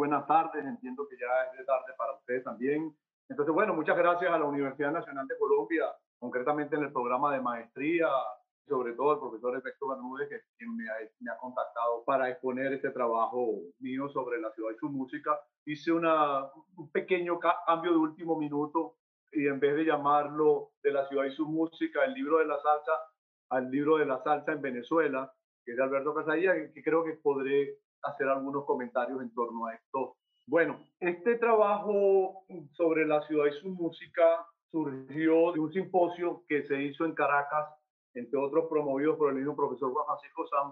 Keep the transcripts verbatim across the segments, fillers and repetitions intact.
buenas tardes, entiendo que ya es de tarde para ustedes también. Entonces, bueno, muchas gracias a la Universidad Nacional de Colombia, concretamente en el programa de maestría, sobre todo al profesor Efecto Bermúdez, que quien me ha, me ha contactado para exponer este trabajo mío sobre la ciudad y su música. Hice una, un pequeño cambio de último minuto y en vez de llamarlo de la ciudad y su música, el libro de la salsa, al libro de la salsa en Venezuela, que es de Alberto Casadilla, que creo que podré hacer algunos comentarios en torno a esto. Bueno, este trabajo sobre la ciudad y su música surgió de un simposio que se hizo en Caracas, entre otros promovidos por el mismo profesor Juan Francisco Sanz,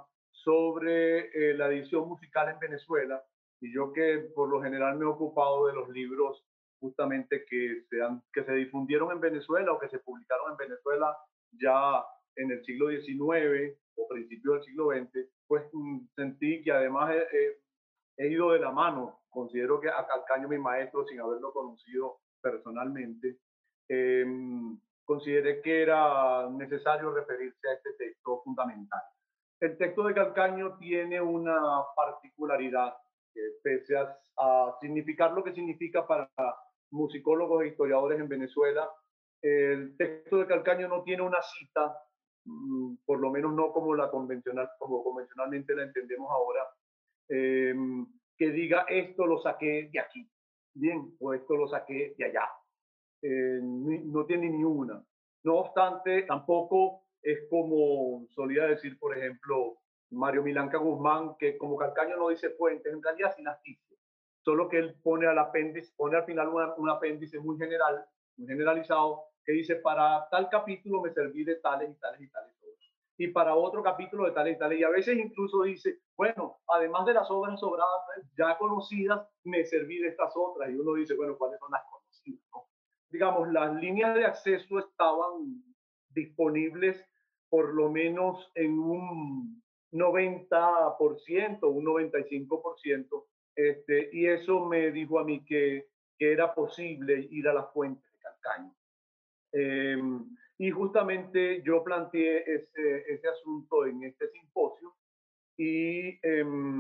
sobre eh, la edición musical en Venezuela. Y yo que por lo general me he ocupado de los libros justamente que se, han, que se difundieron en Venezuela o que se publicaron en Venezuela ya en el siglo diecinueve o principios del siglo veinte, pues sentí que además he, he ido de la mano. Considero que a Calcaño, mi maestro, sin haberlo conocido personalmente, eh, consideré que era necesario referirse a este texto fundamental. El texto de Calcaño tiene una particularidad que, pese a, a significar lo que significa para musicólogos e historiadores en Venezuela, el texto de Calcaño no tiene una cita, por lo menos no como la convencional, como convencionalmente la entendemos ahora, eh, que diga esto lo saqué de aquí, bien, o esto lo saqué de allá. Eh, no tiene ni una. No obstante, tampoco es como solía decir, por ejemplo, Mario Milanca Guzmán, que como Calcaño no dice fuentes, en realidad sí las dice, solo que él pone al apéndice, pone al final una, un apéndice muy general, muy generalizado, que dice, para tal capítulo me serví de tales y tales y tales obras. Y para otro capítulo de tales y tales. Y a veces incluso dice, bueno, además de las obras sobradas ya conocidas, me serví de estas otras. Y uno dice, bueno, ¿cuáles son las conocidas? ¿No? Digamos, las líneas de acceso estaban disponibles por lo menos en un noventa por ciento, un noventa y cinco por ciento, este, y eso me dijo a mí que, que era posible ir a las fuentes de Calcaño. Eh, y justamente yo planteé ese, ese asunto en este simposio y, eh,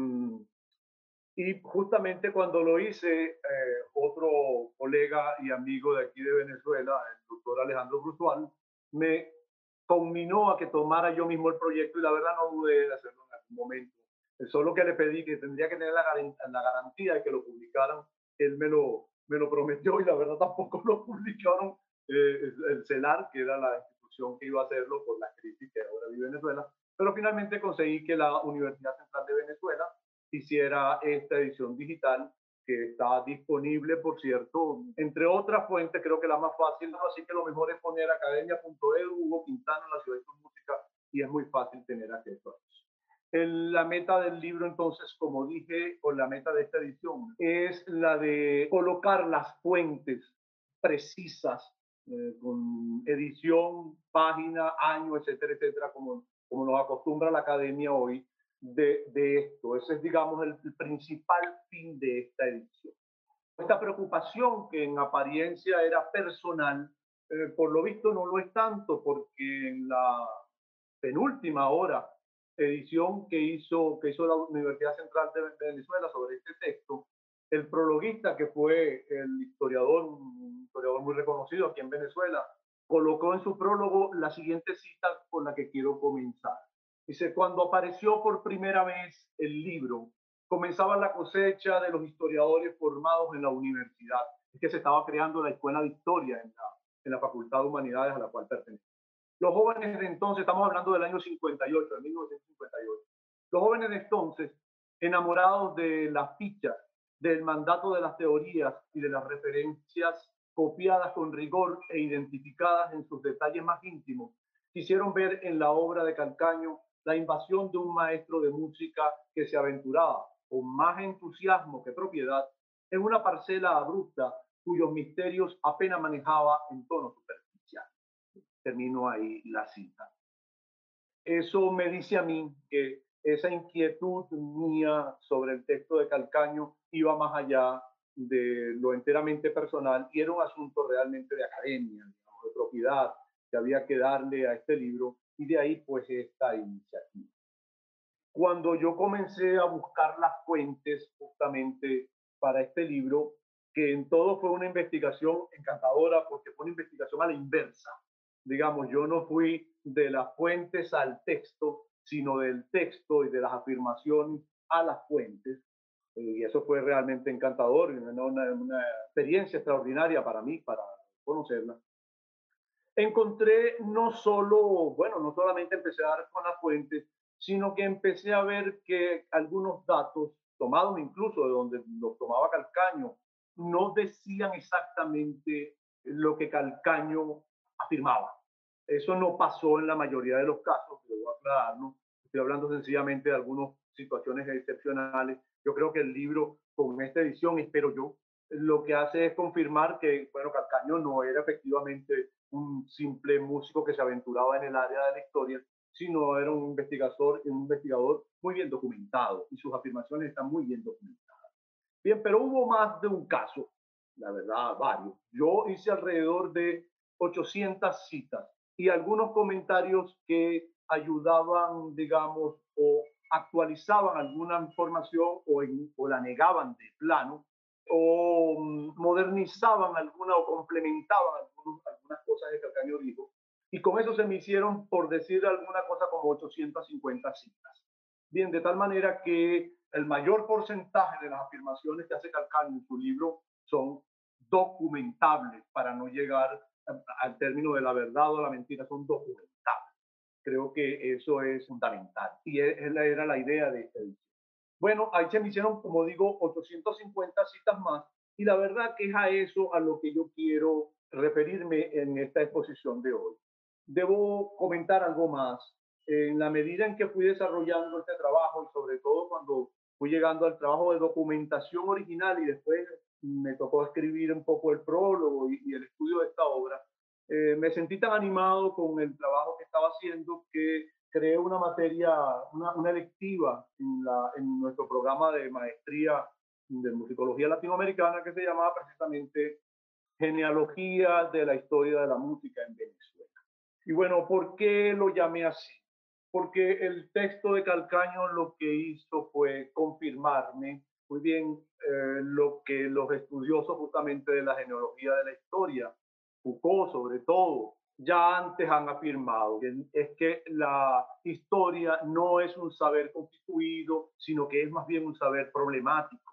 y justamente cuando lo hice, eh, otro colega y amigo de aquí de Venezuela, el doctor Alejandro Brusual, me conminó a que tomara yo mismo el proyecto y la verdad no dudé de hacerlo en algún momento. Solo que le pedí que tendría que tener la, la garantía de que lo publicaran. Él me lo, me lo prometió y la verdad tampoco lo publicaron. Eh, el CELAR, que era la institución que iba a hacerlo por la crisis que ahora vive Venezuela, pero finalmente conseguí que la Universidad Central de Venezuela hiciera esta edición digital que está disponible, por cierto, entre otras fuentes, creo que la más fácil, así que lo mejor es poner academia punto edu, Hugo Quintana, la ciudad de su música, y es muy fácil tener acceso a eso. El, la meta del libro, entonces, como dije, o la meta de esta edición, es la de colocar las fuentes precisas, eh, con edición, página, año, etcétera, etcétera, como, como nos acostumbra la academia hoy, de, de esto. Ese es, digamos, el, el principal fin de esta edición. Esta preocupación, que en apariencia era personal, eh, por lo visto no lo es tanto, porque en la penúltima hora edición que hizo, que hizo la Universidad Central de Venezuela sobre este texto, el prologuista, que fue el historiador, un historiador muy reconocido aquí en Venezuela, colocó en su prólogo la siguiente cita con la que quiero comenzar. Dice, cuando apareció por primera vez el libro, comenzaba la cosecha de los historiadores formados en la universidad. Es que se estaba creando la Escuela de Historia en la, en la Facultad de Humanidades a la cual pertenece. Los jóvenes de entonces, estamos hablando del año cincuenta y ocho, de mil novecientos cincuenta y ocho, los jóvenes de entonces, enamorados de las fichas, del mandato de las teorías y de las referencias copiadas con rigor e identificadas en sus detalles más íntimos, quisieron ver en la obra de Calcaño la invasión de un maestro de música que se aventuraba, con más entusiasmo que propiedad, en una parcela abrupta cuyos misterios apenas manejaba en tono superficial. Termino ahí la cita. Eso me dice a mí que esa inquietud mía sobre el texto de Calcaño iba más allá de lo enteramente personal y era un asunto realmente de academia, digamos, de propiedad que había que darle a este libro, y de ahí pues esta iniciativa. Cuando yo comencé a buscar las fuentes justamente para este libro, que en todo fue una investigación encantadora porque fue una investigación a la inversa. Digamos, yo no fui de las fuentes al texto, sino del texto y de las afirmaciones a las fuentes. Y eso fue realmente encantador y una, una, una experiencia extraordinaria para mí, para conocerla. Encontré no solo, bueno, no solamente empecé a dar con las fuentes, sino que empecé a ver que algunos datos, tomados incluso de donde los tomaba Calcaño, no decían exactamente lo que Calcaño afirmaba. Eso no pasó en la mayoría de los casos, debo aclarar, ¿no? Estoy hablando sencillamente de algunas situaciones excepcionales. Yo creo que el libro, con esta edición, espero yo, lo que hace es confirmar que, bueno, Calcaño no era efectivamente un simple músico que se aventuraba en el área de la historia, sino era un investigador, un investigador muy bien documentado y sus afirmaciones están muy bien documentadas. Bien, pero hubo más de un caso, la verdad, varios. Yo hice alrededor de ochocientas citas y algunos comentarios que ayudaban, digamos, o actualizaban alguna información o, en, o la negaban de plano o mm, modernizaban alguna o complementaban algunos, algunas cosas que Calcaño dijo. Y con eso se me hicieron, por decir alguna cosa, como ochocientas cincuenta citas. Bien, de tal manera que el mayor porcentaje de las afirmaciones que hace Calcaño en su libro son documentables para no llegar al término de la verdad o la mentira, son documentables. Creo que eso es fundamental y esa era la idea de esta edición. Bueno, ahí se me hicieron, como digo, ochocientas cincuenta citas más y la verdad que es a eso a lo que yo quiero referirme en esta exposición de hoy. Debo comentar algo más. En la medida en que fui desarrollando este trabajo y sobre todo cuando fui llegando al trabajo de documentación original y después me tocó escribir un poco el prólogo y, y el estudio de esta obra, eh, me sentí tan animado con el trabajo que estaba haciendo que creé una materia, una, una electiva en, la, en nuestro programa de maestría de musicología latinoamericana que se llamaba precisamente Genealogía de la historia de la música en Venezuela. Y bueno, ¿por qué lo llamé así? Porque el texto de Calcaño lo que hizo fue confirmarme muy bien eh, lo que los estudiosos justamente de la genealogía de la historia, Foucault sobre todo, ya antes han afirmado, que es que la historia no es un saber constituido, sino que es más bien un saber problemático.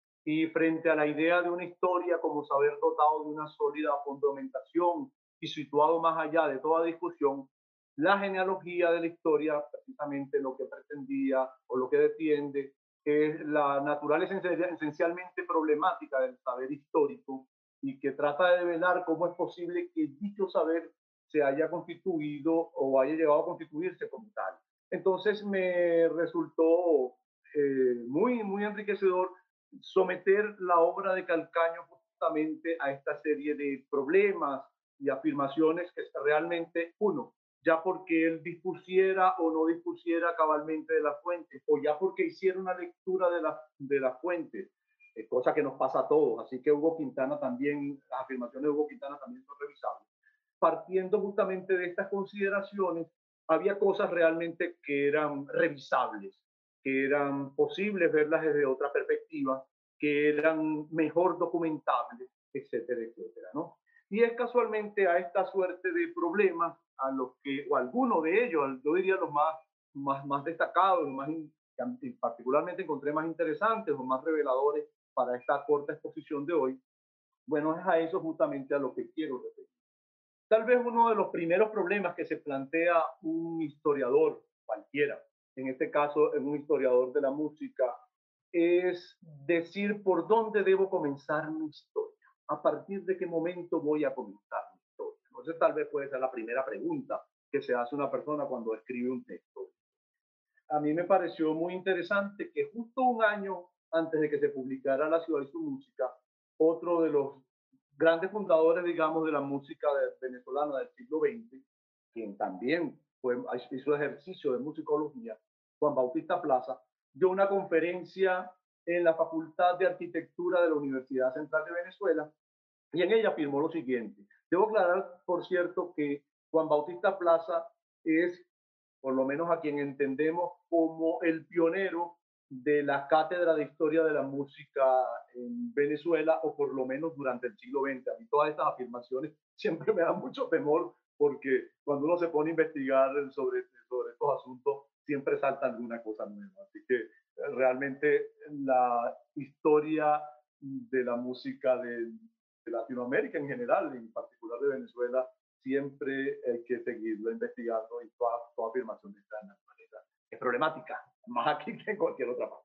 Y frente a la idea de una historia como saber dotado de una sólida fundamentación y situado más allá de toda discusión, la genealogía de la historia precisamente lo que pretendía o lo que defiende es la naturaleza esencialmente problemática del saber histórico y que trata de develar cómo es posible que dicho saber se haya constituido o haya llegado a constituirse como tal. Entonces me resultó eh, muy, muy enriquecedor someter la obra de Calcaño justamente a esta serie de problemas y afirmaciones que realmente, uno, ya porque él dispusiera o no dispusiera cabalmente de las fuentes, o ya porque hiciera una lectura de las de la fuentes, eh, cosa que nos pasa a todos. Así que Hugo Quintana también, las afirmaciones de Hugo Quintana también son revisables. Partiendo justamente de estas consideraciones, había cosas realmente que eran revisables, que eran posibles verlas desde otra perspectiva, que eran mejor documentables, etcétera, etcétera, ¿no? Y es casualmente a esta suerte de problemas a los que, o alguno de ellos, yo diría los más, más, más destacados, los más, particularmente encontré más interesantes o más reveladores para esta corta exposición de hoy, bueno, es a eso justamente a lo que quiero referir. Tal vez uno de los primeros problemas que se plantea un historiador cualquiera, en este caso un historiador de la música, es decir por dónde debo comenzar mi historia, a partir de qué momento voy a comenzar mi historia. Entonces tal vez puede ser la primera pregunta que se hace una persona cuando escribe un texto. A mí me pareció muy interesante que justo un año antes de que se publicara La ciudad y su música, otro de los grandes fundadores, digamos, de la música de, venezolana del siglo veinte, quien también fue, hizo ejercicio de musicología, Juan Bautista Plaza, dio una conferencia en la Facultad de Arquitectura de la Universidad Central de Venezuela y en ella afirmó lo siguiente. Debo aclarar, por cierto, que Juan Bautista Plaza es, por lo menos a quien entendemos como el pionero de la cátedra de historia de la música en Venezuela, o por lo menos durante el siglo veinte. A mí todas estas afirmaciones siempre me dan mucho temor, porque cuando uno se pone a investigar sobre, sobre estos asuntos, siempre salta alguna cosa nueva. Así que eh, realmente la historia de la música de, de Latinoamérica en general, en particular de Venezuela, siempre hay que seguirlo investigando, y toda, toda afirmación de esta naturaleza es problemática, más aquí que en cualquier otra parte.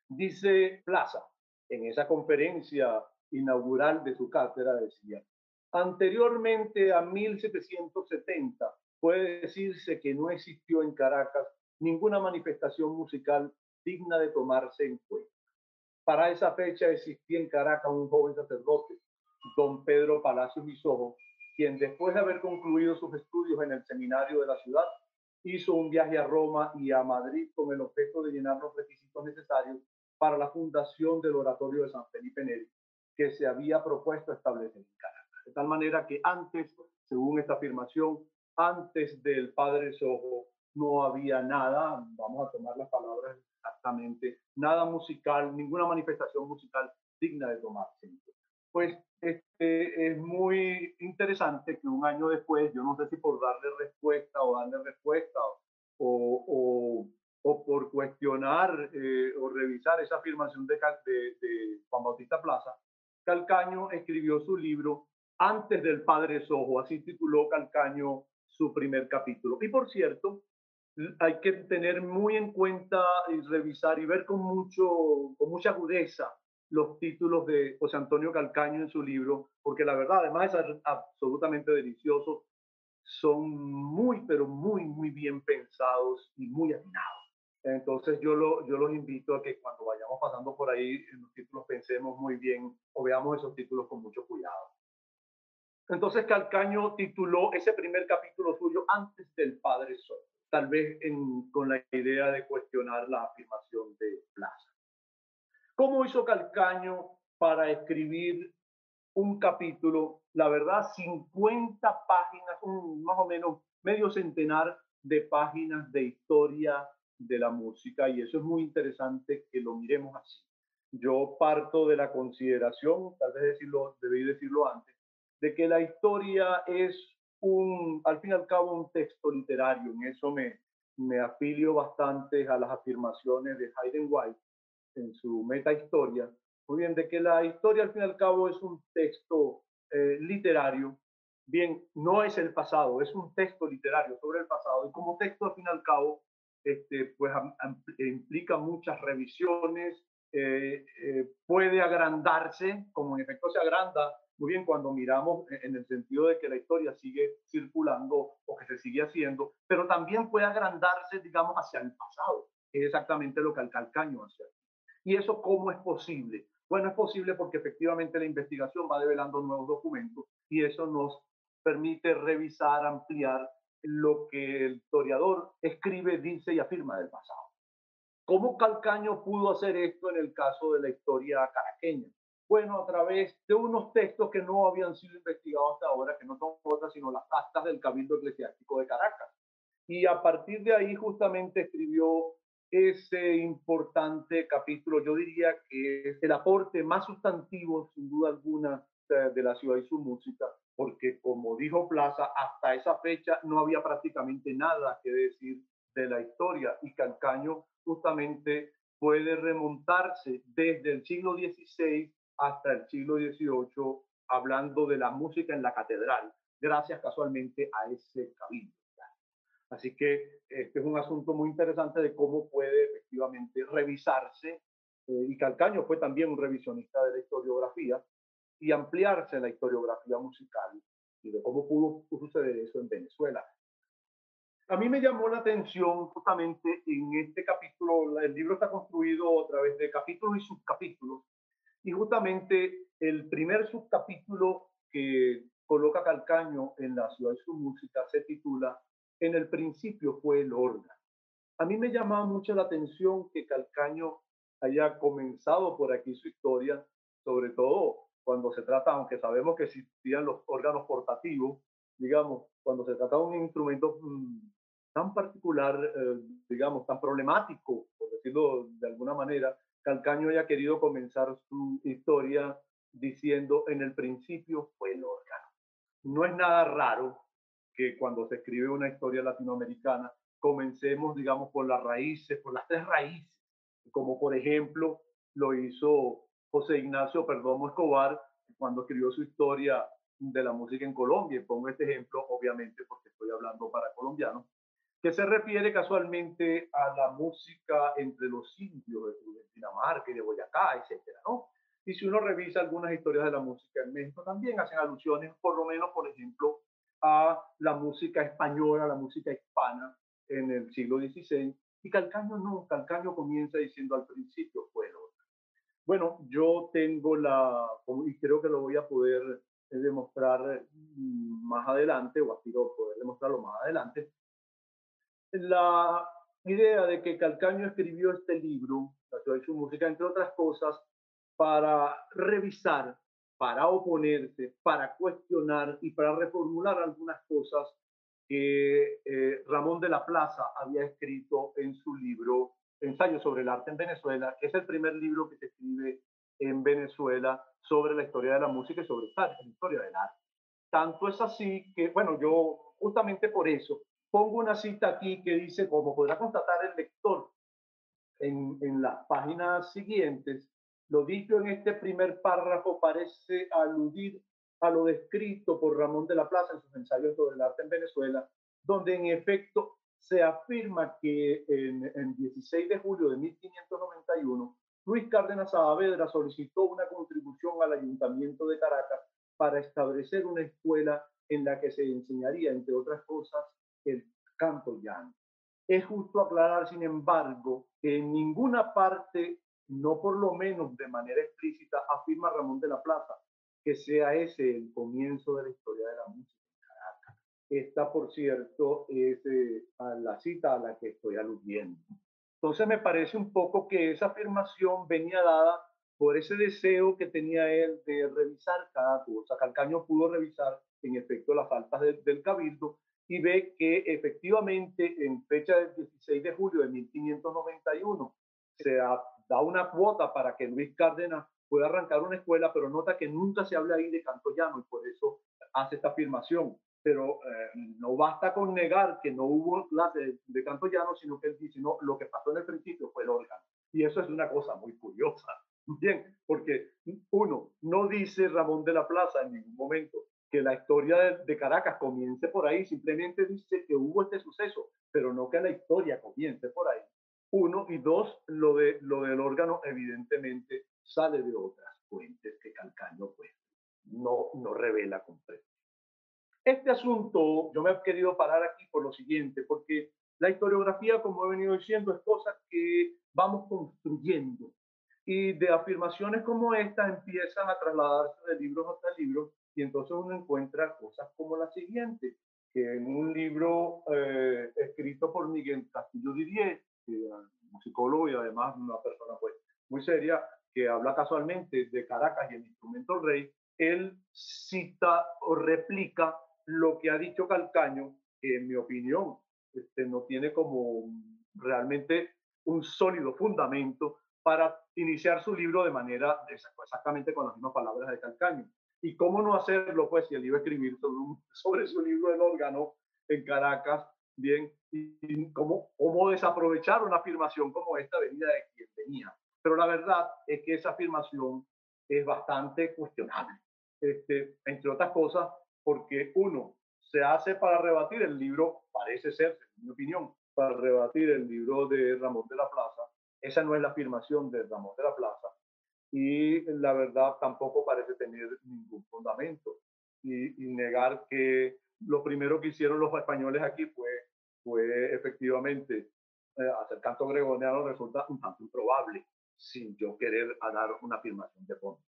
Dice Plaza, en esa conferencia inaugural de su cátedra, decía: anteriormente a mil setecientos setenta, puede decirse que no existió en Caracas ninguna manifestación musical digna de tomarse en cuenta. Para esa fecha existía en Caracas un joven sacerdote, don Pedro Palacios Bisojo, quien, después de haber concluido sus estudios en el seminario de la ciudad, hizo un viaje a Roma y a Madrid con el objeto de llenar los requisitos necesarios para la fundación del Oratorio de San Felipe Neri, que se había propuesto establecer en Caracas. De tal manera que antes, según esta afirmación, antes del padre Sojo, no había nada, vamos a tomar las palabras exactamente, nada musical, ninguna manifestación musical digna de tomarse. Pues este, es muy interesante que un año después, yo no sé si por darle respuesta o darle respuesta o, o, o por cuestionar eh, o revisar esa afirmación de, de, de Juan Bautista Plaza, Calcaño escribió su libro Antes del Padre Sojo, así tituló Calcaño su primer capítulo. Y por cierto, hay que tener muy en cuenta y revisar y ver con, mucho, con mucha agudeza los títulos de José Antonio Calcaño en su libro, porque la verdad, además es absolutamente deliciosos, son muy, pero muy, muy bien pensados y muy atinados. Entonces yo, lo, yo los invito a que cuando vayamos pasando por ahí en los títulos pensemos muy bien o veamos esos títulos con mucho cuidado. Entonces Calcaño tituló ese primer capítulo suyo Antes del Padre Sol, tal vez en, con la idea de cuestionar la afirmación de Plaza. ¿Cómo hizo Calcaño para escribir un capítulo? La verdad, cincuenta páginas, un, más o menos medio centenar de páginas de historia de la música, y eso es muy interesante que lo miremos así. Yo parto de la consideración, tal vez decirlo, debí decirlo antes, de que la historia es un, al fin y al cabo, un texto literario. En eso me, me afilio bastante a las afirmaciones de Hayden White en su meta historia, muy bien, de que la historia al fin y al cabo es un texto eh, literario. Bien, no es el pasado, es un texto literario sobre el pasado, y como texto al fin y al cabo este, pues, am, am, implica muchas revisiones, eh, eh, puede agrandarse, como en efecto se agranda muy bien cuando miramos en el sentido de que la historia sigue circulando o que se sigue haciendo, pero también puede agrandarse, digamos, hacia el pasado, que es exactamente lo que el Calcaño hace. ¿Y eso cómo es posible? Bueno, es posible porque efectivamente la investigación va develando nuevos documentos, y eso nos permite revisar, ampliar lo que el historiador escribe, dice y afirma del pasado. ¿Cómo Calcaño pudo hacer esto en el caso de la historia caraqueña? Bueno, a través de unos textos que no habían sido investigados hasta ahora, que no son otras sino las actas del Cabildo Eclesiástico de Caracas. Y a partir de ahí justamente escribió ese importante capítulo, yo diría que es el aporte más sustantivo, sin duda alguna, de la ciudad y su música, porque como dijo Plaza, hasta esa fecha no había prácticamente nada que decir de la historia, y Calcaño justamente puede remontarse desde el siglo dieciséis hasta el siglo dieciocho, hablando de la música en la catedral, gracias casualmente a ese cabildo. Así que este es un asunto muy interesante de cómo puede efectivamente revisarse, eh, y Calcaño fue también un revisionista de la historiografía, y ampliarse la historiografía musical y de cómo pudo, pudo suceder eso en Venezuela. A mí me llamó la atención justamente en este capítulo, el libro está construido a través de capítulos y subcapítulos, y justamente el primer subcapítulo que coloca Calcaño en la ciudad y su música se titula En el principio fue el órgano. A mí me llamaba mucho la atención que Calcaño haya comenzado por aquí su historia, sobre todo cuando se trata, aunque sabemos que existían los órganos portativos, digamos, cuando se trata de un instrumento mmm, tan particular, eh, digamos, tan problemático, por decirlo de alguna manera, Calcaño haya querido comenzar su historia diciendo en el principio fue el órgano. No es nada raro que cuando se escribe una historia latinoamericana comencemos, digamos, por las raíces, por las tres raíces, como por ejemplo lo hizo José Ignacio Perdomo Escobar cuando escribió su historia de la música en Colombia. Y pongo este ejemplo, obviamente, porque estoy hablando para colombianos, que se refiere casualmente a la música entre los indios de, de Dinamarca y de Boyacá, etcétera, ¿no? Y si uno revisa algunas historias de la música en México, también hacen alusiones, por lo menos, por ejemplo, a la música española, la música hispana en el siglo dieciséis. Y Calcaño no, Calcaño comienza diciendo al principio fue el órgano. Bueno, yo tengo la, y creo que lo voy a poder demostrar más adelante, o aspiro poder demostrarlo más adelante, la idea de que Calcaño escribió este libro, La ciudad y su música, entre otras cosas, para revisar, para oponerse, para cuestionar y para reformular algunas cosas que eh, Ramón de la Plaza había escrito en su libro Ensayo sobre el arte en Venezuela, que es el primer libro que se escribe en Venezuela sobre la historia de la música y sobre la historia del arte. Tanto es así que, bueno, yo justamente por eso pongo una cita aquí que dice, como podrá constatar el lector en, en las páginas siguientes, lo dicho en este primer párrafo parece aludir a lo descrito por Ramón de la Plaza en sus ensayos sobre el arte en Venezuela, donde en efecto se afirma que en el dieciséis de julio de mil quinientos noventa y uno, Luis Cárdenas Saavedra solicitó una contribución al Ayuntamiento de Caracas para establecer una escuela en la que se enseñaría, entre otras cosas, el canto llano. Es justo aclarar, sin embargo, que en ninguna parte, no por lo menos de manera explícita, afirma Ramón de la Plaza que sea ese el comienzo de la historia de la música en Caracas. Esta, por cierto, es eh, a la cita a la que estoy aludiendo. Entonces me parece un poco que esa afirmación venía dada por ese deseo que tenía él de revisar cada cosa. Calcaño pudo revisar en efecto las faltas de, del cabildo y ve que efectivamente en fecha del dieciséis de julio de mil quinientos noventa y uno se da una cuota para que Luis Cárdenas pueda arrancar una escuela, pero nota que nunca se habla ahí de canto llano y por eso hace esta afirmación. Pero eh, no basta con negar que no hubo clase de, de canto llano, sino que él dice, no, lo que pasó en el principio fue el órgano. Y eso es una cosa muy curiosa. Bien, porque uno, no dice Ramón de la Plaza en ningún momento que la historia de, de Caracas comience por ahí, simplemente dice que hubo este suceso, pero no que la historia comience por ahí. Uno, y dos, lo, de, lo del órgano evidentemente sale de otras fuentes que Calcaño pues no, no revela completamente. Este asunto yo me he querido parar aquí por lo siguiente, porque la historiografía, como he venido diciendo, es cosa que vamos construyendo y de afirmaciones como esta empiezan a trasladarse de libros a libros y entonces uno encuentra cosas como la siguiente, que en un libro eh, escrito por Miguel Castillo Didier, que es musicólogo y además una persona pues muy seria, que habla casualmente de Caracas y el instrumento rey, él cita o replica lo que ha dicho Calcaño, que en mi opinión este, no tiene como realmente un sólido fundamento para iniciar su libro de manera exactamente con las mismas palabras de Calcaño. ¿Y cómo no hacerlo? Pues si él iba a escribir sobre, un, sobre su libro del órgano en Caracas, bien, y cómo, cómo desaprovechar una afirmación como esta venida de quien venía. Pero la verdad es que esa afirmación es bastante cuestionable, este, entre otras cosas, porque uno, se hace para rebatir el libro, parece ser, en mi opinión, para rebatir el libro de Ramón de la Plaza. Esa no es la afirmación de Ramón de la Plaza y la verdad tampoco parece tener ningún fundamento. Y, y negar que lo primero que hicieron los españoles aquí fue, fue efectivamente eh, hacer canto gregoriano resulta un tanto improbable, sin yo querer a dar una afirmación de fondo.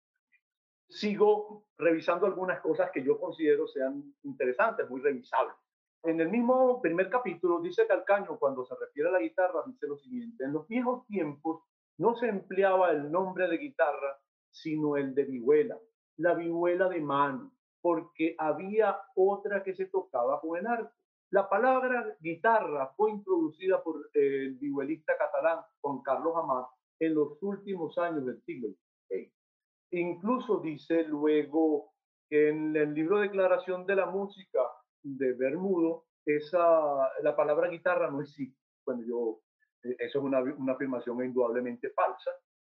Sigo revisando algunas cosas que yo considero sean interesantes, muy revisables. En el mismo primer capítulo dice Calcaño, cuando se refiere a la guitarra, dice lo siguiente: en los viejos tiempos no se empleaba el nombre de guitarra, sino el de vihuela, la vihuela de mano, porque había otra que se tocaba con el arco. La palabra guitarra fue introducida por eh, el vihuelista catalán Juan Carlos Amat en los últimos años del siglo dieciséis. Incluso dice luego que en el libro Declaración de la Música de Bermudo, esa, la palabra guitarra no existe. Bueno, yo, eh, eso es una, una afirmación indudablemente falsa.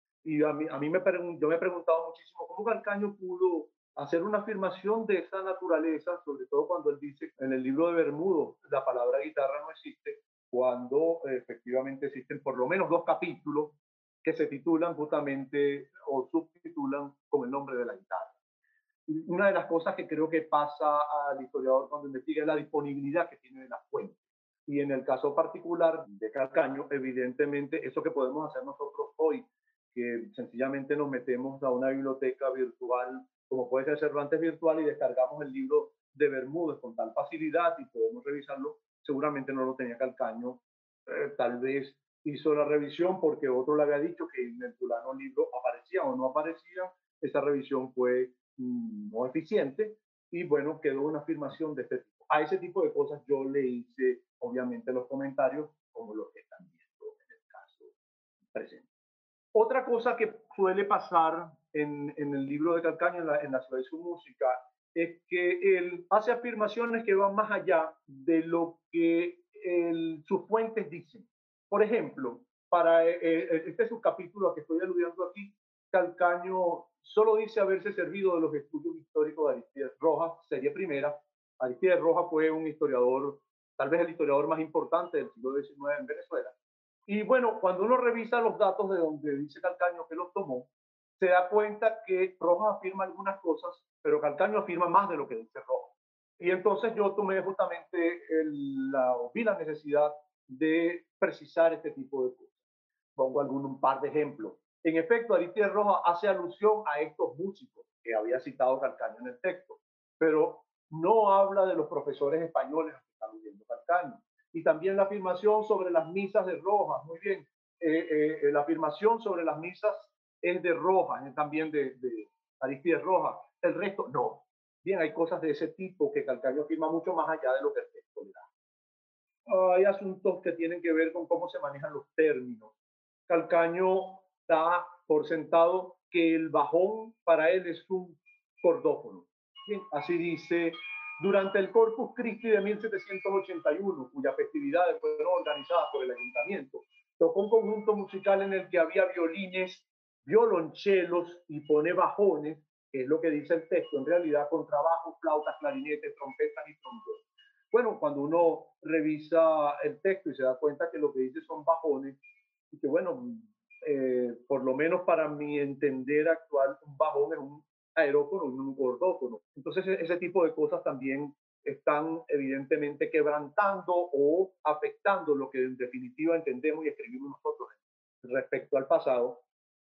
Y a mí, a mí me yo me he preguntado muchísimo cómo Calcaño pudo hacer una afirmación de esa naturaleza, sobre todo cuando él dice en el libro de Bermudo, la palabra guitarra no existe, cuando eh, efectivamente existen por lo menos dos capítulos que se titulan justamente o subtitulan con el nombre de la guitarra. Y una de las cosas que creo que pasa al historiador cuando investiga es la disponibilidad que tiene de las fuentes. Y en el caso particular de Calcaño, evidentemente, eso que podemos hacer nosotros hoy, que sencillamente nos metemos a una biblioteca virtual, como puede ser Cervantes Virtual, y descargamos el libro de Bermúdez con tal facilidad y podemos revisarlo, seguramente no lo tenía Calcaño. Eh, tal vez hizo la revisión porque otro le había dicho que en el fulano libro aparecía o no aparecía. Esa revisión fue mmm, no eficiente y bueno, quedó una afirmación de este tipo. A ese tipo de cosas yo le hice, obviamente, los comentarios como lo que están viendo en el caso presente. Otra cosa que suele pasar en, en el libro de Calcaño, en la, en la ciudad de su música, es que él hace afirmaciones que van más allá de lo que el, sus fuentes dicen. Por ejemplo, para eh, eh, este subcapítulo a que estoy aludiendo aquí, Calcaño solo dice haberse servido de los estudios históricos de Aristides Rojas, serie primera. Aristides Rojas fue un historiador, tal vez el historiador más importante del siglo diecinueve en Venezuela. Y bueno, cuando uno revisa los datos de donde dice Calcaño que los tomó, se da cuenta que Rojas afirma algunas cosas, pero Calcaño afirma más de lo que dice Rojas. Y entonces yo tomé justamente el, la, vi la necesidad de precisar este tipo de cosas. Pongo algún, un par de ejemplos. En efecto, Aristides Rojas hace alusión a estos músicos que había citado Calcaño en el texto, pero no habla de los profesores españoles que están leyendo Calcaño. Y también la afirmación sobre las misas de Rojas, muy bien, eh, eh, la afirmación sobre las misas es de Rojas, es también de, de Aristides Rojas, el resto no. Bien, hay cosas de ese tipo que Calcaño afirma mucho más allá de lo que el texto le da. Hay asuntos que tienen que ver con cómo se manejan los términos. Calcaño da por sentado que el bajón para él es un cordófono. Bien, así dice, durante el Corpus Christi de mil setecientos ochenta y uno, cuyas festividades fueron organizadas por el ayuntamiento, tocó un conjunto musical en el que había violines, violonchelos y pone bajones, que es lo que dice el texto, en realidad contrabajos, flautas, clarinetes, trompetas y trombones. Bueno, cuando uno revisa el texto y se da cuenta que lo que dice son bajones, y que bueno, eh, por lo menos para mi entender actual, un bajón es un aerófono, un gordófono. Entonces ese tipo de cosas también están evidentemente quebrantando o afectando lo que en definitiva entendemos y escribimos nosotros respecto al pasado.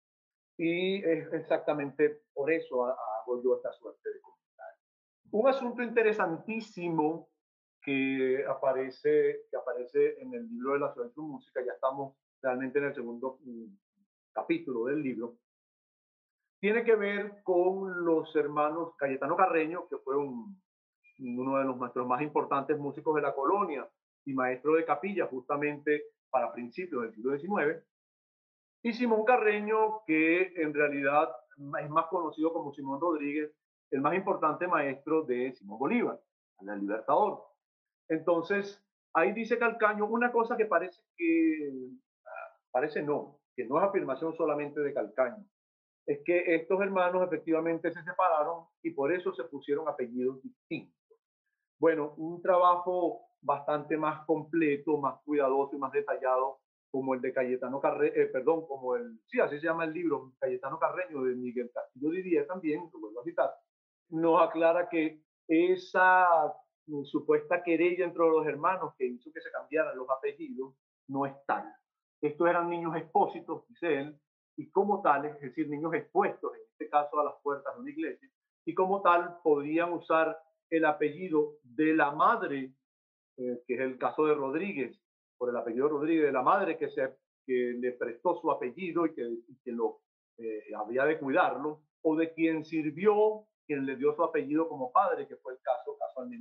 Y es exactamente por eso hago yo esta suerte de comentario. Un asunto interesantísimo que aparece, que aparece en el libro de la ciudad de su música, ya estamos realmente en el segundo mm, capítulo del libro, tiene que ver con los hermanos Cayetano Carreño, que fue un, uno de los nuestros más importantes músicos de la colonia y maestro de capilla justamente para principios del siglo diecinueve, y Simón Carreño, que en realidad es más conocido como Simón Rodríguez, el más importante maestro de Simón Bolívar, el Libertador. Entonces, ahí dice Calcaño una cosa que parece que, parece no, que no es afirmación solamente de Calcaño, es que estos hermanos efectivamente se separaron y por eso se pusieron apellidos distintos. Bueno, un trabajo bastante más completo, más cuidadoso y más detallado como el de Cayetano Carreño, eh, perdón, como el, sí, así se llama el libro, Cayetano Carreño, de Miguel Castillo Didier también, lo vuelvo a citar, nos aclara que esa supuesta querella entre los hermanos que hizo que se cambiaran los apellidos no es tal. Estos eran niños expósitos, dice él, y como tales, es decir, niños expuestos, en este caso a las puertas de una iglesia, y como tal podían usar el apellido de la madre, eh, que es el caso de Rodríguez, por el apellido Rodríguez, de la madre que, se, que le prestó su apellido y que, y que lo eh, había de cuidarlo, o de quien sirvió, quien le dio su apellido como padre, que fue el caso casualmente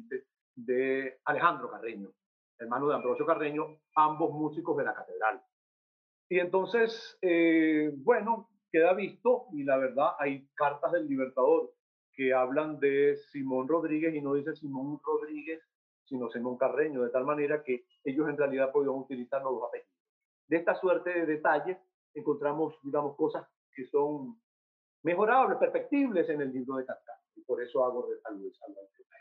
de Alejandro Carreño, hermano de Ambrosio Carreño, ambos músicos de la catedral. Y entonces, eh, bueno, queda visto, y la verdad hay cartas del Libertador que hablan de Simón Rodríguez y no dice Simón Rodríguez, sino Simón Carreño, de tal manera que ellos en realidad podían utilizar los dos apellidos. De esta suerte de detalles encontramos, digamos, cosas que son mejorables, perfectibles en el libro de Calcano, y por eso hago alusión al tema.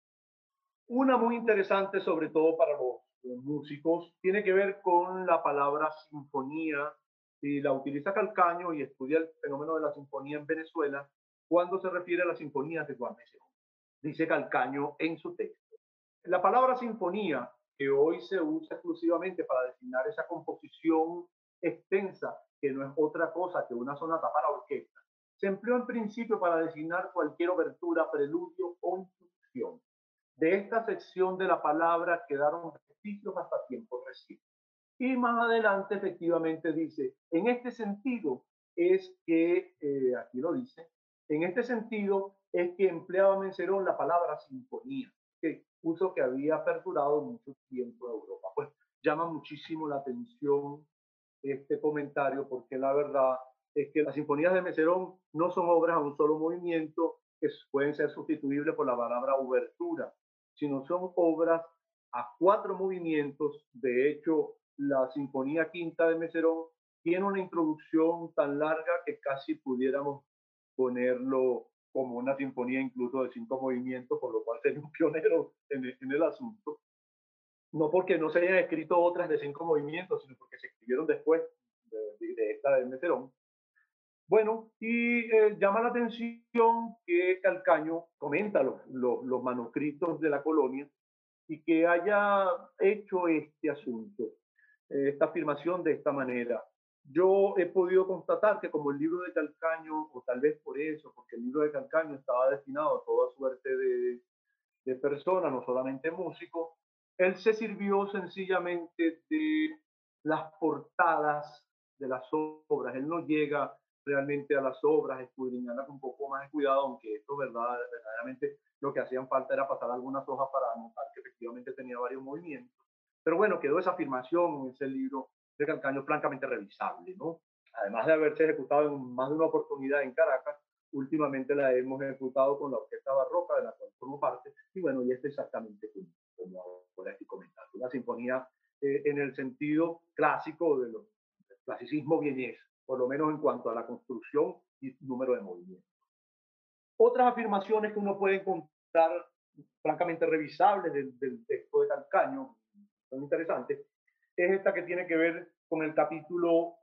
Una muy interesante, sobre todo para los, los músicos, tiene que ver con la palabra sinfonía, y la utiliza Calcaño y estudia el fenómeno de la sinfonía en Venezuela cuando se refiere a las sinfonías de Juan Mesón. Dice Calcaño en su texto. La palabra sinfonía, que hoy se usa exclusivamente para designar esa composición extensa, que no es otra cosa que una sonata para orquesta, se empleó en principio para designar cualquier obertura, preludio o introducción. De esta sección de la palabra quedaron vestigios hasta tiempos recientes. Y más adelante efectivamente dice, en este sentido es que, eh, aquí lo dice, en este sentido es que empleaba Mencerón la palabra sinfonía, que uso que había aperturado mucho tiempo en Europa. Pues llama muchísimo la atención este comentario porque la verdad es que las sinfonías de Mencerón no son obras a un solo movimiento que pueden ser sustituibles por la palabra obertura, sino son obras a cuatro movimientos. De hecho, la Sinfonía Quinta de Mecerón tiene una introducción tan larga que casi pudiéramos ponerlo como una sinfonía incluso de cinco movimientos, por lo cual sería un pionero en el, en el asunto. No porque no se hayan escrito otras de cinco movimientos, sino porque se escribieron después de, de, de esta de Mecerón. Bueno, y eh, llama la atención que Calcaño comenta los, los, los manuscritos de la colonia y que haya hecho este asunto, eh, esta afirmación de esta manera. Yo he podido constatar que como el libro de Calcaño, o tal vez por eso, porque el libro de Calcaño estaba destinado a toda suerte de, de personas, no solamente músicos, él se sirvió sencillamente de las portadas de las obras. Él no llega realmente a las obras, escudriñarlas un poco más de cuidado, aunque esto verdad, verdaderamente lo que hacían falta era pasar algunas hojas para notar que efectivamente tenía varios movimientos. Pero bueno, quedó esa afirmación en ese libro de Calcaño francamente revisable, ¿no? Además de haberse ejecutado en más de una oportunidad en Caracas, últimamente la hemos ejecutado con la Orquesta Barroca, de la cual formo parte, y bueno, y es exactamente como, como ahora estoy comentando. Una sinfonía eh, en el sentido clásico de lo, del clasicismo vienés, por lo menos en cuanto a la construcción y número de movimientos. Otras afirmaciones que uno puede encontrar francamente revisables del, del texto de Calcaño, son interesantes, es esta que tiene que ver con el capítulo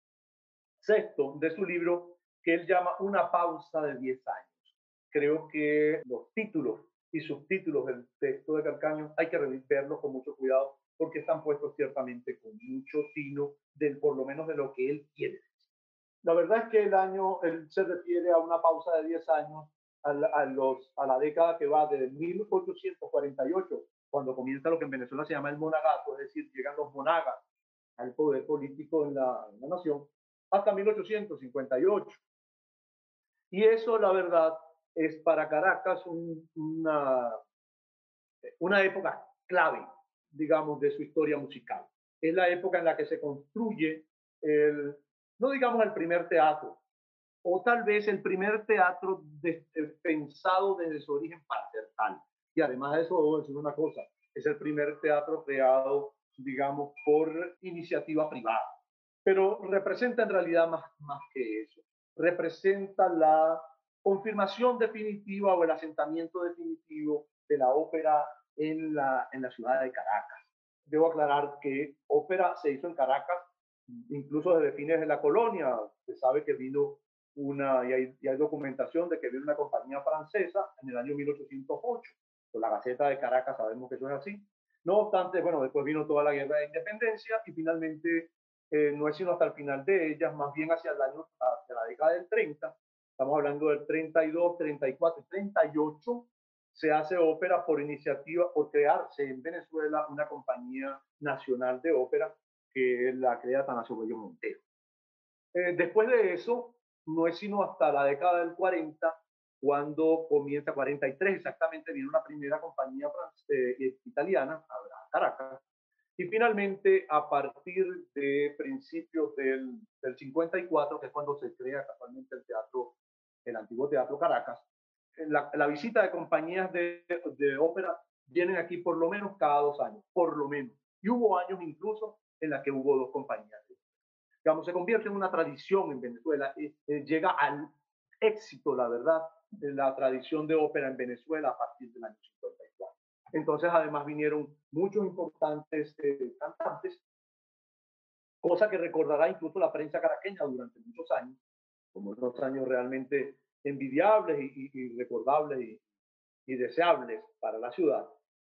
sexto de su libro, que él llama Una pausa de diez años. Creo que los títulos y subtítulos del texto de Calcaño hay que verlos con mucho cuidado porque están puestos ciertamente con mucho tino del por lo menos de lo que él quiere decir. La verdad es que el año, él se refiere a una pausa de diez años a la, a los, a la década que va desde mil ochocientos cuarenta y ocho, cuando comienza lo que en Venezuela se llama el monagato, es decir, llegan los monagas al poder político en la, en la nación, hasta mil ochocientos cincuenta y ocho. Y eso, la verdad, es para Caracas un, una, una época clave, digamos, de su historia musical. Es la época en la que se construye el, no digamos el primer teatro, o tal vez el primer teatro de, de, pensado desde su origen para ser tal. Y además de eso, debo decir una cosa, es el primer teatro creado, digamos, por iniciativa privada. Pero representa en realidad más, más que eso. Representa la confirmación definitiva o el asentamiento definitivo de la ópera en la, en la ciudad de Caracas. Debo aclarar que ópera se hizo en Caracas incluso desde fines de la colonia. Se sabe que vino una, y hay, y hay documentación de que vino una compañía francesa en el año mil ochocientos ocho. Con la Gaceta de Caracas sabemos que eso es así. No obstante, bueno, después vino toda la guerra de independencia y finalmente eh, no es sino hasta el final de ellas, más bien hacia el año, hacia la década del treinta, estamos hablando del treinta y dos, treinta y cuatro, treinta y ocho, se hace ópera por iniciativa, por crearse en Venezuela una compañía nacional de ópera que la crea Atanasio Bello Montero. Eh, después de eso, no es sino hasta la década del cuarenta cuando comienza cuarenta y tres exactamente, viene una primera compañía eh, italiana a Caracas, y finalmente a partir de principios del, del cincuenta y cuatro, que es cuando se crea casualmente el teatro, el antiguo Teatro Caracas, la, la visita de compañías de, de ópera vienen aquí por lo menos cada dos años, por lo menos. Y hubo años incluso en las que hubo dos compañías. Digamos, se convierte en una tradición en Venezuela, eh, eh, llega al éxito, la verdad, de la tradición de ópera en Venezuela a partir del año cincuenta y cuatro. Entonces, además, vinieron muchos importantes eh, cantantes, cosa que recordará incluso la prensa caraqueña durante muchos años, como unos años realmente envidiables y, y, y recordables y, y deseables para la ciudad.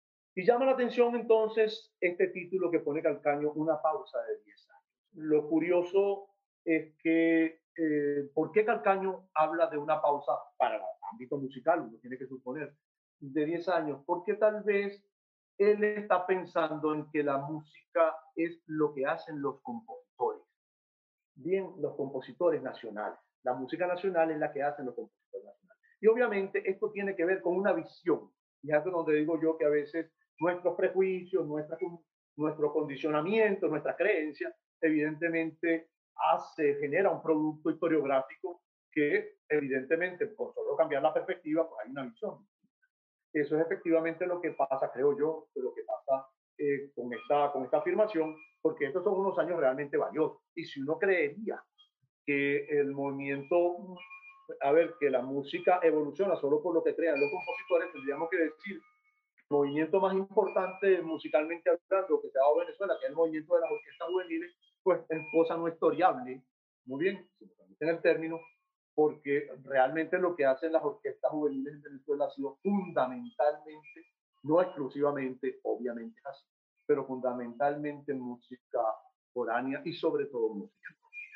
Y llama la atención entonces este título que pone Calcaño, Una pausa de diez años. Lo curioso es que, eh, ¿por qué Calcaño habla de una pausa para el ámbito musical? Uno tiene que suponer, de diez años, porque tal vez él está pensando en que la música es lo que hacen los compositores. Bien, los compositores nacionales. La música nacional es la que hacen los compositores nacionales. Y obviamente esto tiene que ver con una visión. Y es donde digo yo que a veces nuestros prejuicios, nuestra, nuestro condicionamiento, nuestra creencia, evidentemente hace, genera un producto historiográfico que evidentemente, con solo cambiar la perspectiva, pues hay una visión. Eso es efectivamente lo que pasa, creo yo, lo que pasa eh, con, esta, con esta afirmación, porque estos son unos años realmente valiosos. Y si uno creería que el movimiento, a ver, que la música evoluciona solo por lo que crean los compositores, tendríamos que decir el movimiento más importante musicalmente hablando que se ha dado en Venezuela, que es el movimiento de las orquestas juveniles, pues es cosa no historiable, muy bien, si me permiten el término, porque realmente lo que hacen las orquestas juveniles en Venezuela ha sido fundamentalmente, no exclusivamente, obviamente es así, pero fundamentalmente música foránea y sobre todo música.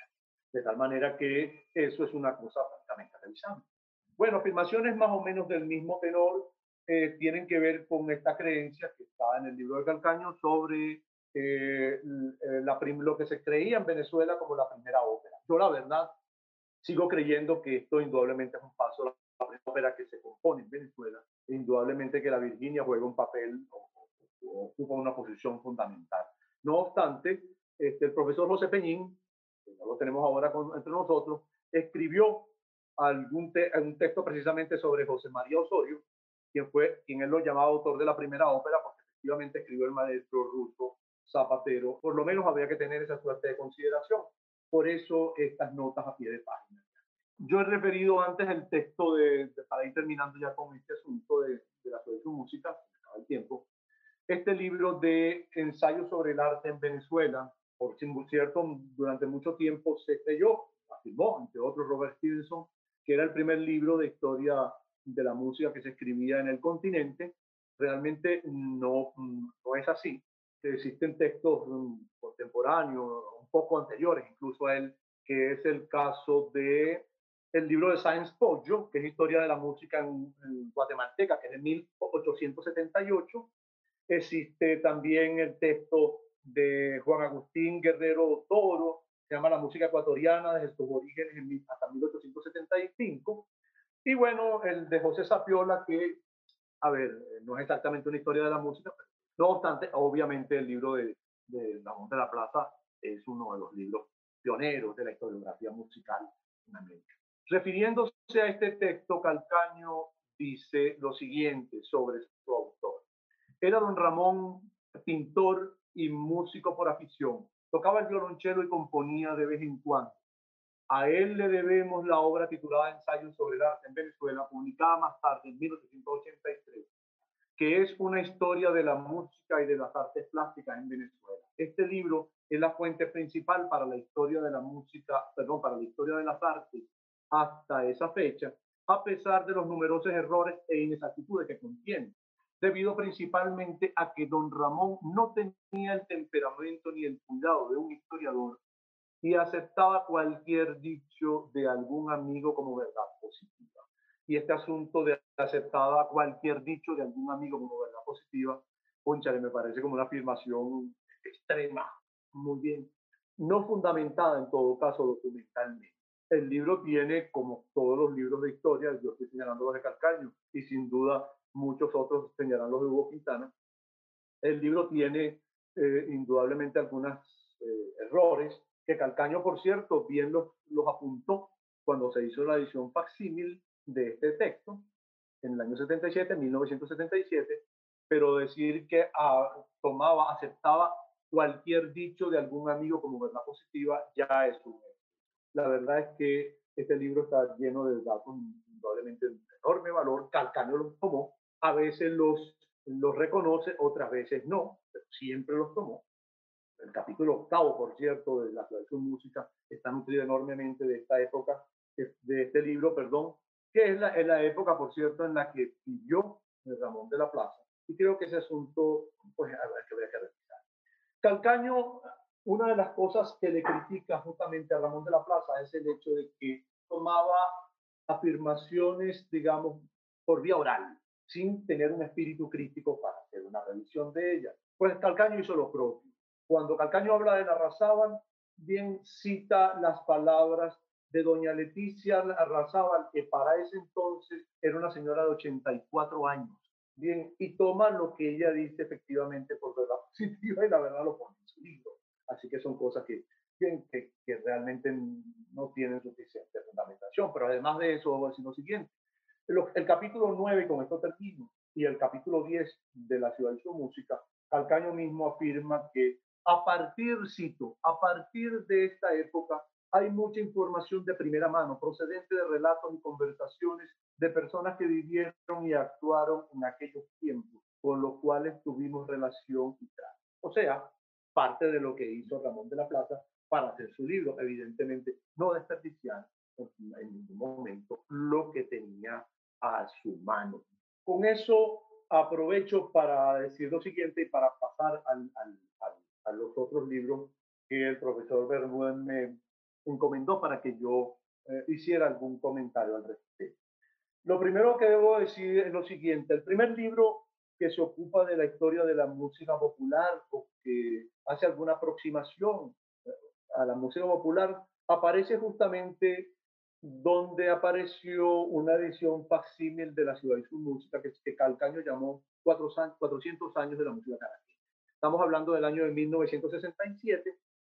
De tal manera que eso es una cosa francamente revisable. Bueno, afirmaciones más o menos del mismo tenor eh, tienen que ver con esta creencia que está en el libro de Calcaño sobre eh, la lo que se creía en Venezuela como la primera ópera. Yo la verdad sigo creyendo que esto indudablemente es un paso, la primera ópera que se compone en Venezuela, e indudablemente que la Virginia juega un papel o, o ocupa una posición fundamental. No obstante, este, el profesor José Peñín, que no lo tenemos ahora con, entre nosotros, escribió algún te, un texto precisamente sobre José María Osorio, quien fue, quien él lo llamaba autor de la primera ópera, porque efectivamente escribió el maestro ruso Zapatero. Por lo menos habría que tener esa suerte de consideración. Por eso estas notas a pie de página. Yo he referido antes el texto de, de para ir terminando ya con este asunto de, de la su música, el tiempo, este libro de ensayos sobre el arte en Venezuela, por cierto, durante mucho tiempo se creyó, afirmó, entre otros Robert Stevenson, que era el primer libro de historia de la música que se escribía en el continente. Realmente no, no es así. Existen textos contemporáneos, un poco anteriores incluso a él, que es el caso de el libro de Sáenz Poggio, que es Historia de la Música en, en Guatemalteca, que es de mil ochocientos setenta y ocho. Existe también el texto de Juan Agustín Guerrero Toro, se llama La música ecuatoriana desde sus orígenes en, hasta mil ochocientos setenta y cinco. Y bueno, el de José Sapiola, que, a ver, no es exactamente una historia de la música, pero no obstante, obviamente el libro de, de Ramón de la Plaza es uno de los libros pioneros de la historiografía musical en América. Refiriéndose a este texto, Calcaño dice lo siguiente sobre su autor. Era don Ramón pintor y músico por afición. Tocaba el violonchelo y componía de vez en cuando. A él le debemos la obra titulada Ensayos sobre el arte en Venezuela, publicada más tarde en mil ochocientos ochenta y tres, que es una historia de la música y de las artes plásticas en Venezuela. Este libro es la fuente principal para la historia de la música, perdón, para la historia de las artes hasta esa fecha, a pesar de los numerosos errores e inexactitudes que contiene, debido principalmente a que don Ramón no tenía el temperamento ni el cuidado de un historiador y aceptaba cualquier dicho de algún amigo como verdad positiva. Y este asunto de aceptaba cualquier dicho de algún amigo como verdad positiva, pónchale, me parece como una afirmación extrema, muy bien, no fundamentada en todo caso documentalmente. El libro tiene, como todos los libros de historia, yo estoy señalando los de Calcaño y sin duda muchos otros señalan los de Hugo Quintana. El libro tiene eh, indudablemente algunos eh, errores que Calcaño, por cierto, bien los, los apuntó cuando se hizo la edición facsímil de este texto en el año setenta y siete, mil novecientos setenta y siete, pero decir que ah, tomaba, aceptaba cualquier dicho de algún amigo como verdad positiva ya es un hecho. La verdad es que este libro está lleno de datos indudablemente de enorme valor. Calcaño los tomó, a veces los, los reconoce, otras veces no, pero siempre los tomó. El capítulo octavo, por cierto, de la ciudad de su música, está nutrido enormemente de esta época, de este libro, perdón, que es la, es la época, por cierto, en la que vivió Ramón de la Plaza. Y creo que ese asunto, pues, habrá que ver que revisar. Calcaño, una de las cosas que le critica justamente a Ramón de la Plaza es el hecho de que tomaba afirmaciones, digamos, por vía oral, sin tener un espíritu crítico para hacer una revisión de ellas. Pues Calcaño hizo lo propio. Cuando Calcaño habla de Larrazábal, bien cita las palabras de doña Leticia Larrazábal, que para ese entonces era una señora de ochenta y cuatro años. Bien, y toma lo que ella dice efectivamente por verdad positiva y la verdad lo pone en su libro. Así que son cosas que, bien, que, que realmente no tienen suficiente fundamentación. Pero además de eso, voy a decir lo siguiente. El, el capítulo nueve, con esto termino, y el capítulo diez de La ciudad y su música, Calcaño mismo afirma que a partir, cito, a partir de esta época hay mucha información de primera mano, procedente de relatos y conversaciones de personas que vivieron y actuaron en aquellos tiempos, con los cuales tuvimos relación y trato. O sea, parte de lo que hizo Ramón de la Plaza para hacer su libro, evidentemente no desperdiciar en ningún momento lo que tenía a su mano. Con eso aprovecho para decir lo siguiente y para pasar al, al, al, a los otros libros que el profesor Bermúdez me encomendó para que yo eh, hiciera algún comentario al respecto. Lo primero que debo decir es lo siguiente. El primer libro que se ocupa de la historia de la música popular o que hace alguna aproximación a la música popular aparece justamente donde apareció una edición facsímil de La ciudad y su música que, que Calcaño llamó cuatrocientos años de la música caraqueña. Estamos hablando del año de mil novecientos sesenta y siete,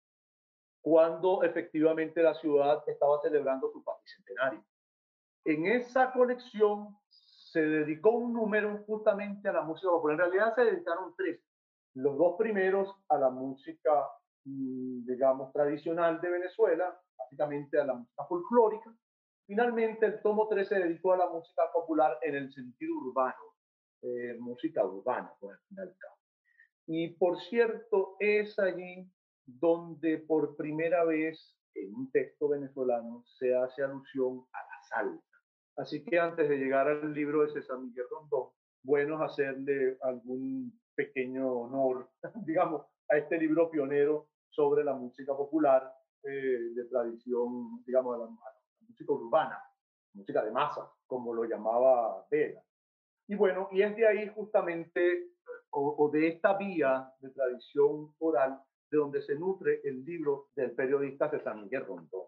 cuando efectivamente la ciudad estaba celebrando su bicentenario. En esa colección se dedicó un número justamente a la música popular. En realidad se dedicaron tres. Los dos primeros a la música, digamos, tradicional de Venezuela, básicamente a la música folclórica. Finalmente, el tomo tres se dedicó a la música popular en el sentido urbano, eh, música urbana, por el fin del cabo. Y por cierto, es allí donde por primera vez en un texto venezolano se hace alusión a la salsa. Así que antes de llegar al libro de César Miguel Rondón, bueno es hacerle algún pequeño honor, digamos, a este libro pionero sobre la música popular eh, de tradición, digamos, de la, la música urbana, música de masa, como lo llamaba Vela. Y bueno, y es de ahí justamente, o, o de esta vía de tradición oral, de donde se nutre el libro del periodista César Miguel Rondón.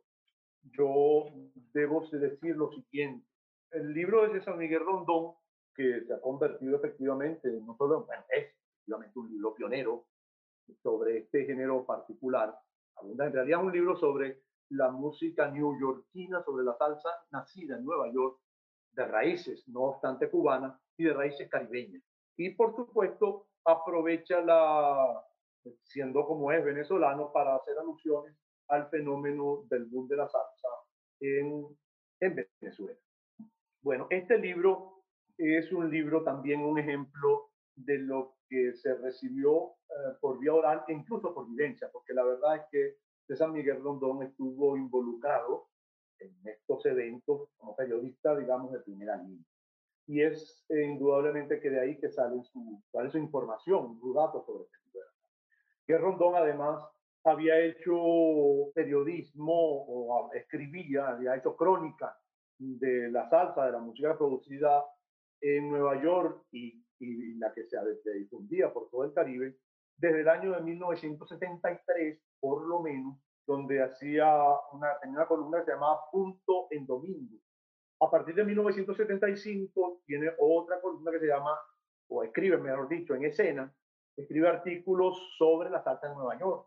Yo debo decir lo siguiente. El libro de César Miguel Rondón, que se ha convertido efectivamente, no solo en, es efectivamente un libro pionero sobre este género particular, en realidad es un libro sobre la música neoyorquina, sobre la salsa nacida en Nueva York, de raíces, no obstante cubanas, y de raíces caribeñas. Y por supuesto, aprovecha la, siendo como es venezolano, para hacer alusiones al fenómeno del boom de la salsa en, en Venezuela. Bueno, este libro es un libro también un ejemplo de lo que se recibió eh, por vía oral e incluso por vivencia, porque la verdad es que César Miguel Rondón estuvo involucrado en estos eventos como periodista, digamos, de primera línea. Y es eh, indudablemente que de ahí que sale su, sale su información, sus datos sobre este libro. Que Rondón además había hecho periodismo o escribía, había hecho crónica de la salsa, de la música producida en Nueva York y, y la que se difundía por todo el Caribe desde el año de mil novecientos setenta y tres, por lo menos, donde hacía una, tenía una columna que se llamaba Punto en Domingo. A partir de mil novecientos setenta y cinco tiene otra columna que se llama, o escribe, mejor dicho, en Escena, escribe artículos sobre la salsa en Nueva York.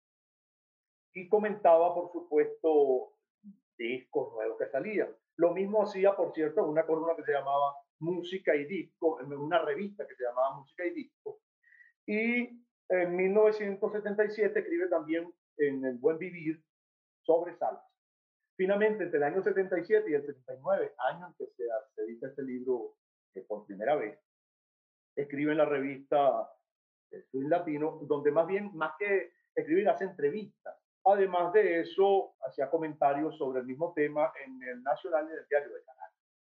Y comentaba, por supuesto, discos nuevos que salían. Lo mismo hacía, por cierto, en una columna que se llamaba Música y Disco, en una revista que se llamaba Música y Disco. Y en mil novecientos setenta y siete escribe también en El Buen Vivir sobre salsa. Finalmente, entre el año setenta y siete y el setenta y nueve, año en que se, se edita este libro eh, por primera vez, escribe en la revista Swing Latino, donde más bien, más que escribir, hace entrevistas. Además de eso, hacía comentarios sobre el mismo tema en el Nacional y en el Diario de Caracas.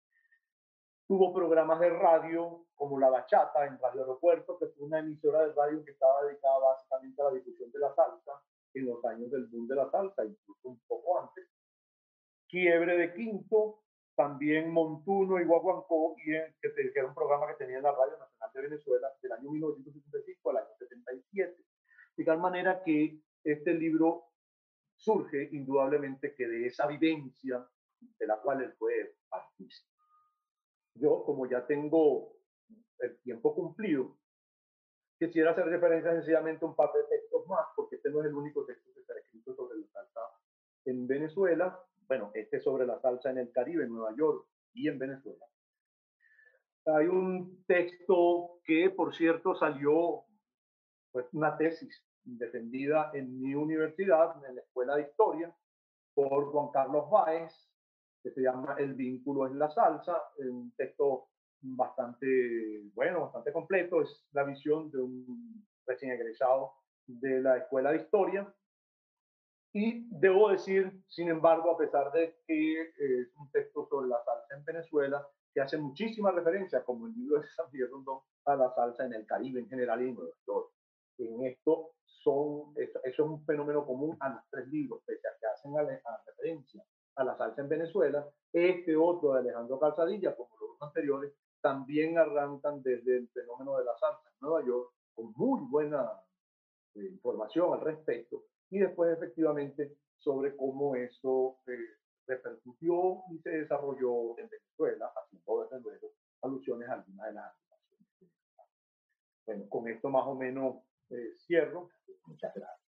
Tuvo programas de radio como La Bachata en Radio Aeropuerto, que fue una emisora de radio que estaba dedicada básicamente a la difusión de la salsa en los años del boom de la salsa, incluso un poco antes. Quiebre de Quinto, también Montuno y Guaguancó, y en, que, que era un programa que tenía en la Radio Nacional de Venezuela del año mil novecientos setenta y cinco al año setenta y siete. De tal manera que este libro surge indudablemente que de esa vivencia de la cual él fue artista. Yo, como ya tengo el tiempo cumplido, quisiera hacer referencia sencillamente a un par de textos más, porque este no es el único texto que está escrito sobre la salsa en Venezuela. Bueno, este es sobre la salsa en el Caribe, en Nueva York y en Venezuela. Hay un texto que, por cierto, salió, pues, una tesis defendida en mi universidad, en la Escuela de Historia, por Juan Carlos Báez, que se llama El vínculo en la salsa, un texto bastante bueno, bastante completo. Es la visión de un recién egresado de la Escuela de Historia. Y debo decir, sin embargo, a pesar de que eh, es un texto sobre la salsa en Venezuela, que hace muchísima referencia, como el libro de San Miguel Rondón, a la salsa en el Caribe en general y en Nueva York. En esto son, eso, eso es un fenómeno común a los tres libros, pese a que hacen a, a referencia a la salsa en Venezuela. Este otro de Alejandro Calzadilla, como los anteriores, también arrancan desde el fenómeno de la salsa en Nueva York, con muy buena eh, información al respecto, y después efectivamente sobre cómo eso eh, repercutió y se desarrolló en Venezuela, haciendo desde luego alusiones a algunas de las agrupaciones. Bueno, con esto más o menos eh, cierro. Muchas gracias.